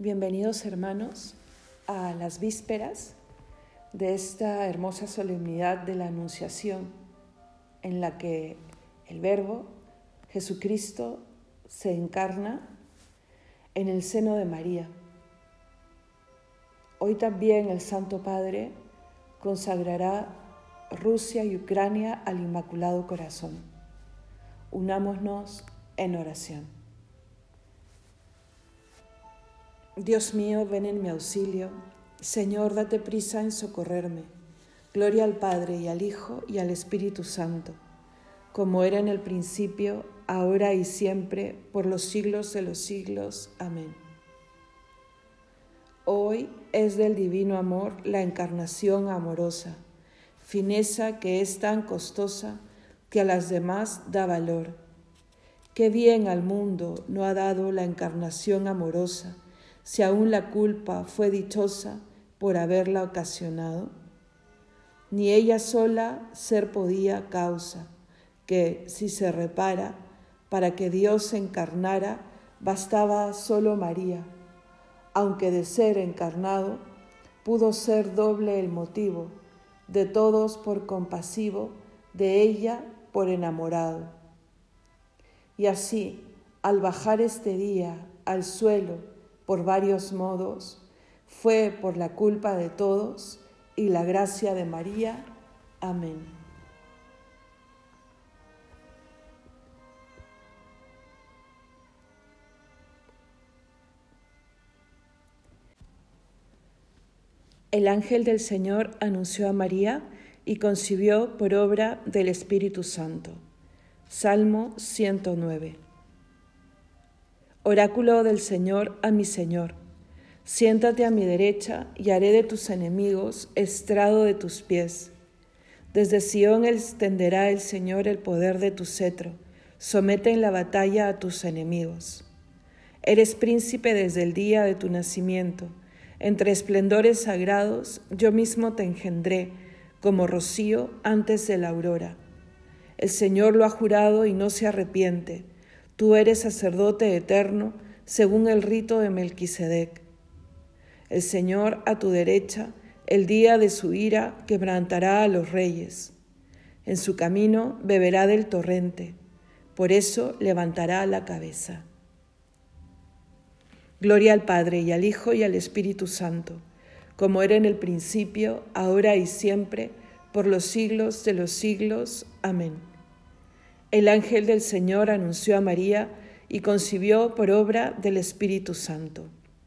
Bienvenidos, hermanos, a las vísperas de esta hermosa solemnidad de la Anunciación, en la que el Verbo, Jesucristo, se encarna en el seno de María. Hoy también el Santo Padre consagrará Rusia y Ucrania al Inmaculado Corazón. Unámonos en oración. Dios mío, ven en mi auxilio. Señor, date prisa en socorrerme. Gloria al Padre, y al Hijo, y al Espíritu Santo, como era en el principio, ahora y siempre, por los siglos de los siglos. Amén. Hoy es del divino amor la encarnación amorosa, fineza que es tan costosa que a las demás da valor. Qué bien al mundo no ha dado la encarnación amorosa, si aún la culpa fue dichosa por haberla ocasionado. Ni ella sola ser podía causa, que, si se repara, para que Dios se encarnara, bastaba solo María, aunque de ser encarnado, pudo ser doble el motivo, de todos por compasivo, de ella por enamorado. Y así, al bajar este día al suelo, por varios modos, fue por la culpa de todos y la gracia de María. Amén. El ángel del Señor anunció a María y concibió por obra del Espíritu Santo. Salmo 109. Oráculo del Señor a mi Señor, siéntate a mi derecha y haré de tus enemigos estrado de tus pies. Desde Sión extenderá el Señor el poder de tu cetro, somete en la batalla a tus enemigos. Eres príncipe desde el día de tu nacimiento, entre esplendores sagrados yo mismo te engendré, como rocío antes de la aurora. El Señor lo ha jurado y no se arrepiente. Tú eres sacerdote eterno, según el rito de Melquisedec. El Señor a tu derecha, el día de su ira, quebrantará a los reyes. En su camino beberá del torrente, por eso levantará la cabeza. Gloria al Padre, y al Hijo, y al Espíritu Santo, como era en el principio, ahora y siempre, por los siglos de los siglos. Amén. El ángel del Señor anunció a María y concibió por obra del Espíritu Santo.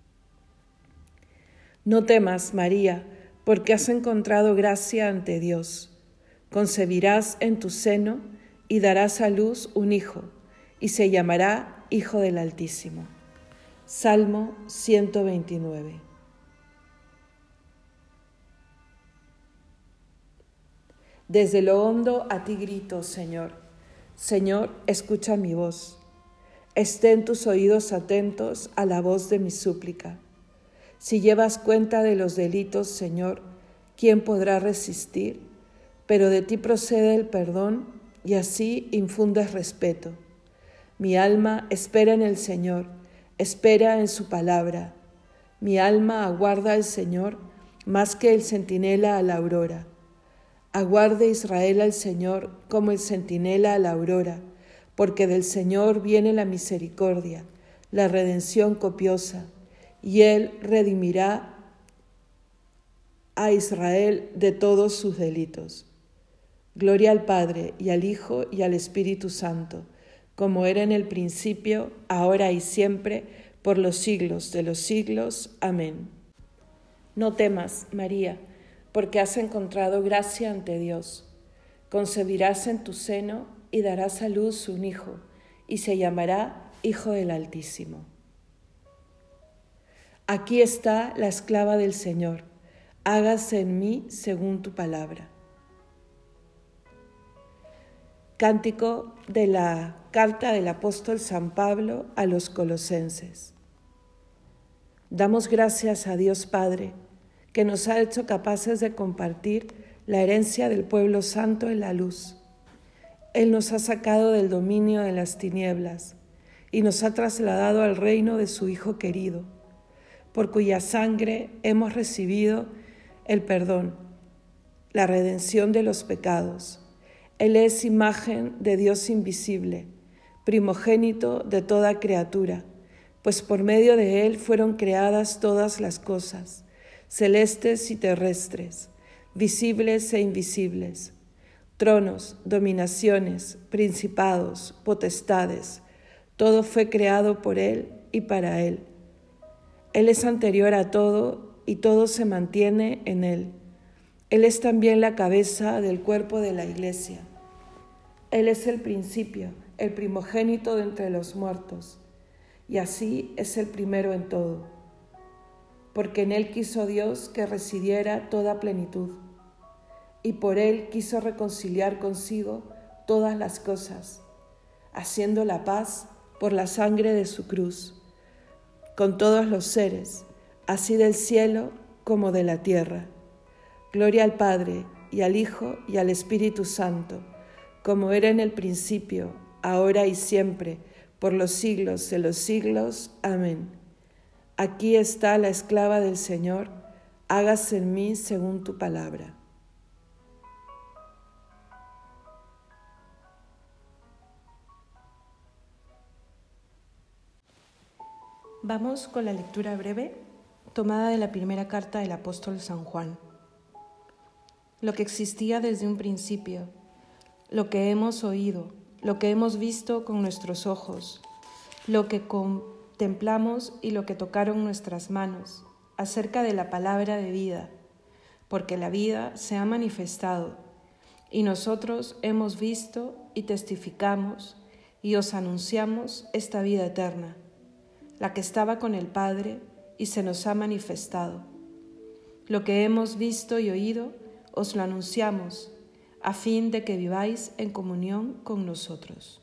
No temas, María, porque has encontrado gracia ante Dios. Concebirás en tu seno y darás a luz un hijo, y se llamará Hijo del Altísimo. Salmo 129. Desde lo hondo a ti grito, Señor. Señor, escucha mi voz. Estén tus oídos atentos a la voz de mi súplica. Si llevas cuenta de los delitos, Señor, ¿quién podrá resistir? Pero de ti procede el perdón y así infundes respeto. Mi alma espera en el Señor, espera en su palabra. Mi alma aguarda al Señor más que el centinela a la aurora. Aguarde Israel al Señor como el centinela a la aurora, porque del Señor viene la misericordia, la redención copiosa, y Él redimirá a Israel de todos sus delitos. Gloria al Padre, y al Hijo, y al Espíritu Santo, como era en el principio, ahora y siempre, por los siglos de los siglos. Amén. No temas, María, porque has encontrado gracia ante Dios. Concebirás en tu seno y darás a luz un hijo, y se llamará Hijo del Altísimo. Aquí está la esclava del Señor, hágase en mí según tu palabra. Cántico de la carta del apóstol San Pablo a los Colosenses. Damos gracias a Dios Padre, que nos ha hecho capaces de compartir la herencia del pueblo santo en la luz. Él nos ha sacado del dominio de las tinieblas y nos ha trasladado al reino de su Hijo querido. por cuya sangre hemos recibido el perdón, la redención de los pecados. Él es imagen de Dios invisible, primogénito de toda criatura, pues por medio de Él fueron creadas todas las cosas, celestes y terrestres, visibles e invisibles, tronos, dominaciones, principados, potestades, todo fue creado por Él y para Él. Él es anterior a todo y todo se mantiene en Él. Él es también la cabeza del cuerpo de la Iglesia. Él es el principio, el primogénito de entre los muertos, y así es el primero en todo, porque en Él quiso Dios que residiera toda plenitud, y por Él quiso reconciliar consigo todas las cosas, haciendo la paz por la sangre de su cruz, con todos los seres, así del cielo como de la tierra. Gloria al Padre, y al Hijo, y al Espíritu Santo, como era en el principio, ahora y siempre, por los siglos de los siglos. Amén. Aquí está la esclava del Señor, hágase en mí según tu palabra. Vamos con la lectura breve, tomada de la primera carta del apóstol San Juan. Lo que existía desde un principio, lo que hemos oído, lo que hemos visto con nuestros ojos, lo que contemplamos y lo que tocaron nuestras manos, acerca de la palabra de vida, porque la vida se ha manifestado, y nosotros hemos visto y testificamos y os anunciamos esta vida eterna, la que estaba con el Padre y se nos ha manifestado. Lo que hemos visto y oído os lo anunciamos, a fin de que viváis en comunión con nosotros.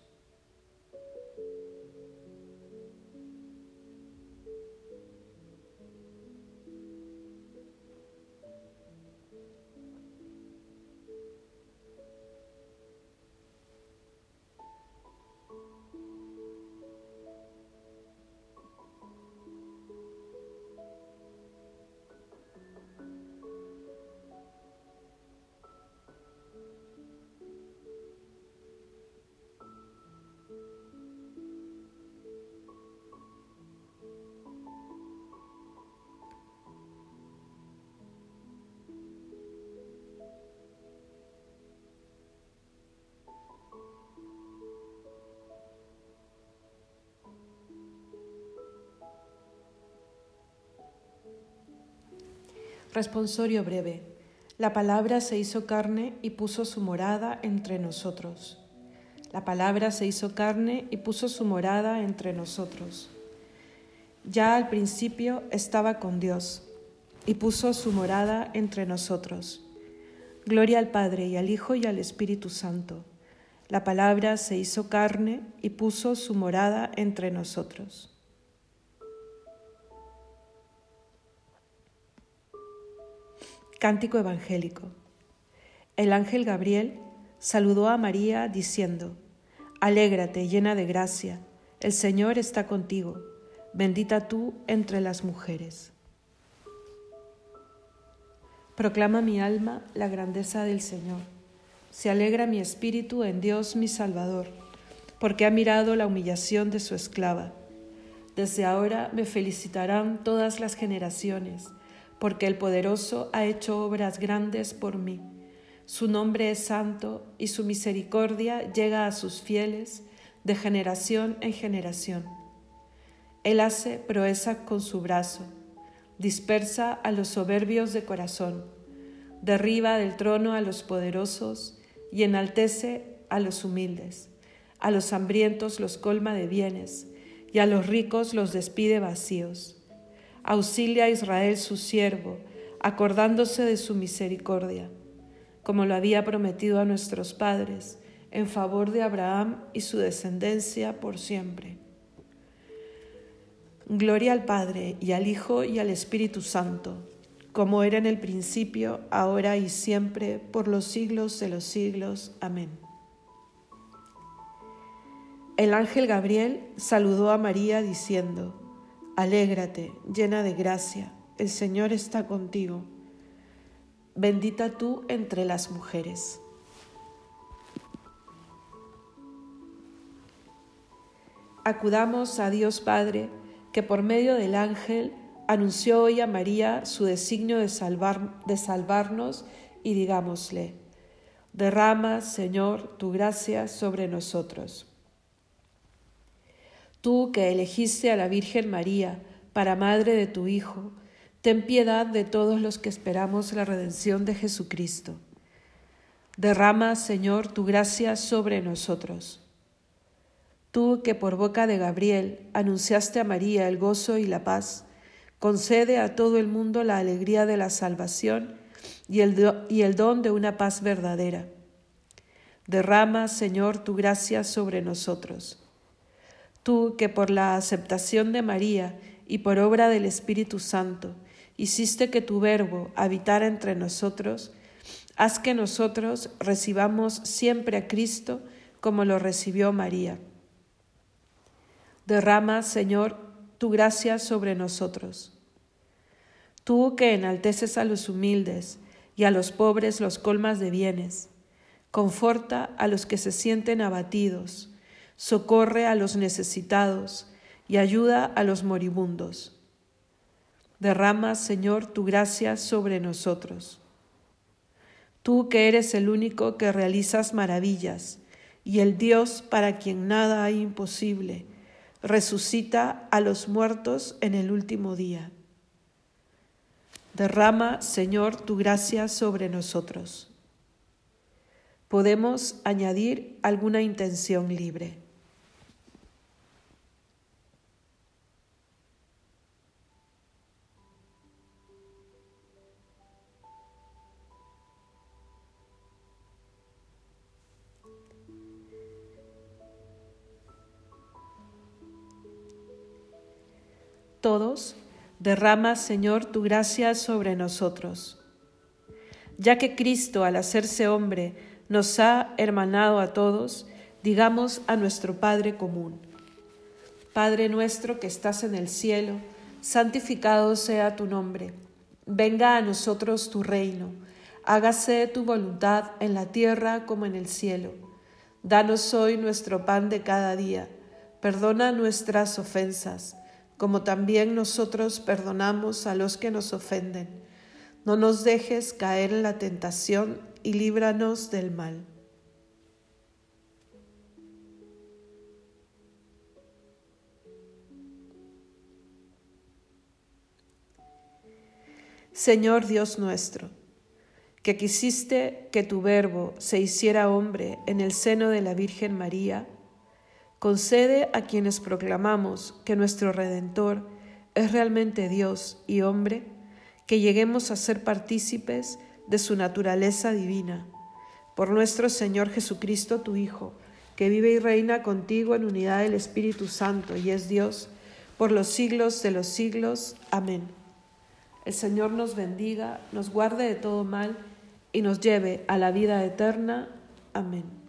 Responsorio breve. La palabra se hizo carne y puso su morada entre nosotros. La palabra se hizo carne y puso su morada entre nosotros. Ya al principio estaba con Dios y puso su morada entre nosotros. Gloria al Padre y al Hijo y al Espíritu Santo. La palabra se hizo carne y puso su morada entre nosotros. Cántico evangélico. El ángel Gabriel saludó a María diciendo: Alégrate, llena de gracia, el Señor está contigo, bendita tú entre las mujeres. Proclama mi alma la grandeza del Señor. Se alegra mi espíritu en Dios mi Salvador, porque ha mirado la humillación de su esclava. Desde ahora me felicitarán todas las generaciones, porque el Poderoso ha hecho obras grandes por mí. Su nombre es santo y su misericordia llega a sus fieles de generación en generación. Él hace proeza con su brazo, dispersa a los soberbios de corazón, derriba del trono a los poderosos y enaltece a los humildes. A los hambrientos los colma de bienes y a los ricos los despide vacíos. Auxilia a Israel su siervo, acordándose de su misericordia, como lo había prometido a nuestros padres, en favor de Abraham y su descendencia por siempre. Gloria al Padre, y al Hijo, y al Espíritu Santo, como era en el principio, ahora y siempre, por los siglos de los siglos. Amén. El ángel Gabriel saludó a María diciendo: Alégrate, llena de gracia, el Señor está contigo. Bendita tú entre las mujeres. Acudamos a Dios Padre, que por medio del ángel anunció hoy a María su designio de salvarnos, y digámosle: derrama, Señor, tu gracia sobre nosotros. Tú que elegiste a la Virgen María para madre de tu Hijo, ten piedad de todos los que esperamos la redención de Jesucristo. Derrama, Señor, tu gracia sobre nosotros. Tú que por boca de Gabriel anunciaste a María el gozo y la paz, concede a todo el mundo la alegría de la salvación y el don de una paz verdadera. Derrama, Señor, tu gracia sobre nosotros. Tú que por la aceptación de María y por obra del Espíritu Santo hiciste que tu Verbo habitara entre nosotros, haz que nosotros recibamos siempre a Cristo como lo recibió María. Derrama, Señor, tu gracia sobre nosotros. Tú que enalteces a los humildes y a los pobres los colmas de bienes, conforta a los que se sienten abatidos, socorre a los necesitados y ayuda a los moribundos. Derrama, Señor, tu gracia sobre nosotros. Tú que eres el único que realizas maravillas y el Dios para quien nada hay imposible, resucita a los muertos en el último día. Derrama, Señor, tu gracia sobre nosotros. Podemos añadir alguna intención libre. Todos, derrama, Señor, tu gracia sobre nosotros. Ya que Cristo, al hacerse hombre, nos ha hermanado a todos, digamos a nuestro Padre común: Padre nuestro que estás en el cielo, santificado sea tu nombre. Venga a nosotros tu reino. Hágase tu voluntad en la tierra como en el cielo. Danos hoy nuestro pan de cada día. Perdona nuestras ofensas, como también nosotros perdonamos a los que nos ofenden. No nos dejes caer en la tentación y líbranos del mal. Señor Dios nuestro, que quisiste que tu Verbo se hiciera hombre en el seno de la Virgen María, concede a quienes proclamamos que nuestro Redentor es realmente Dios y hombre, que lleguemos a ser partícipes de su naturaleza divina. Por nuestro Señor Jesucristo, tu Hijo, que vive y reina contigo en unidad del Espíritu Santo y es Dios, por los siglos de los siglos. Amén. El Señor nos bendiga, nos guarde de todo mal y nos lleve a la vida eterna. Amén.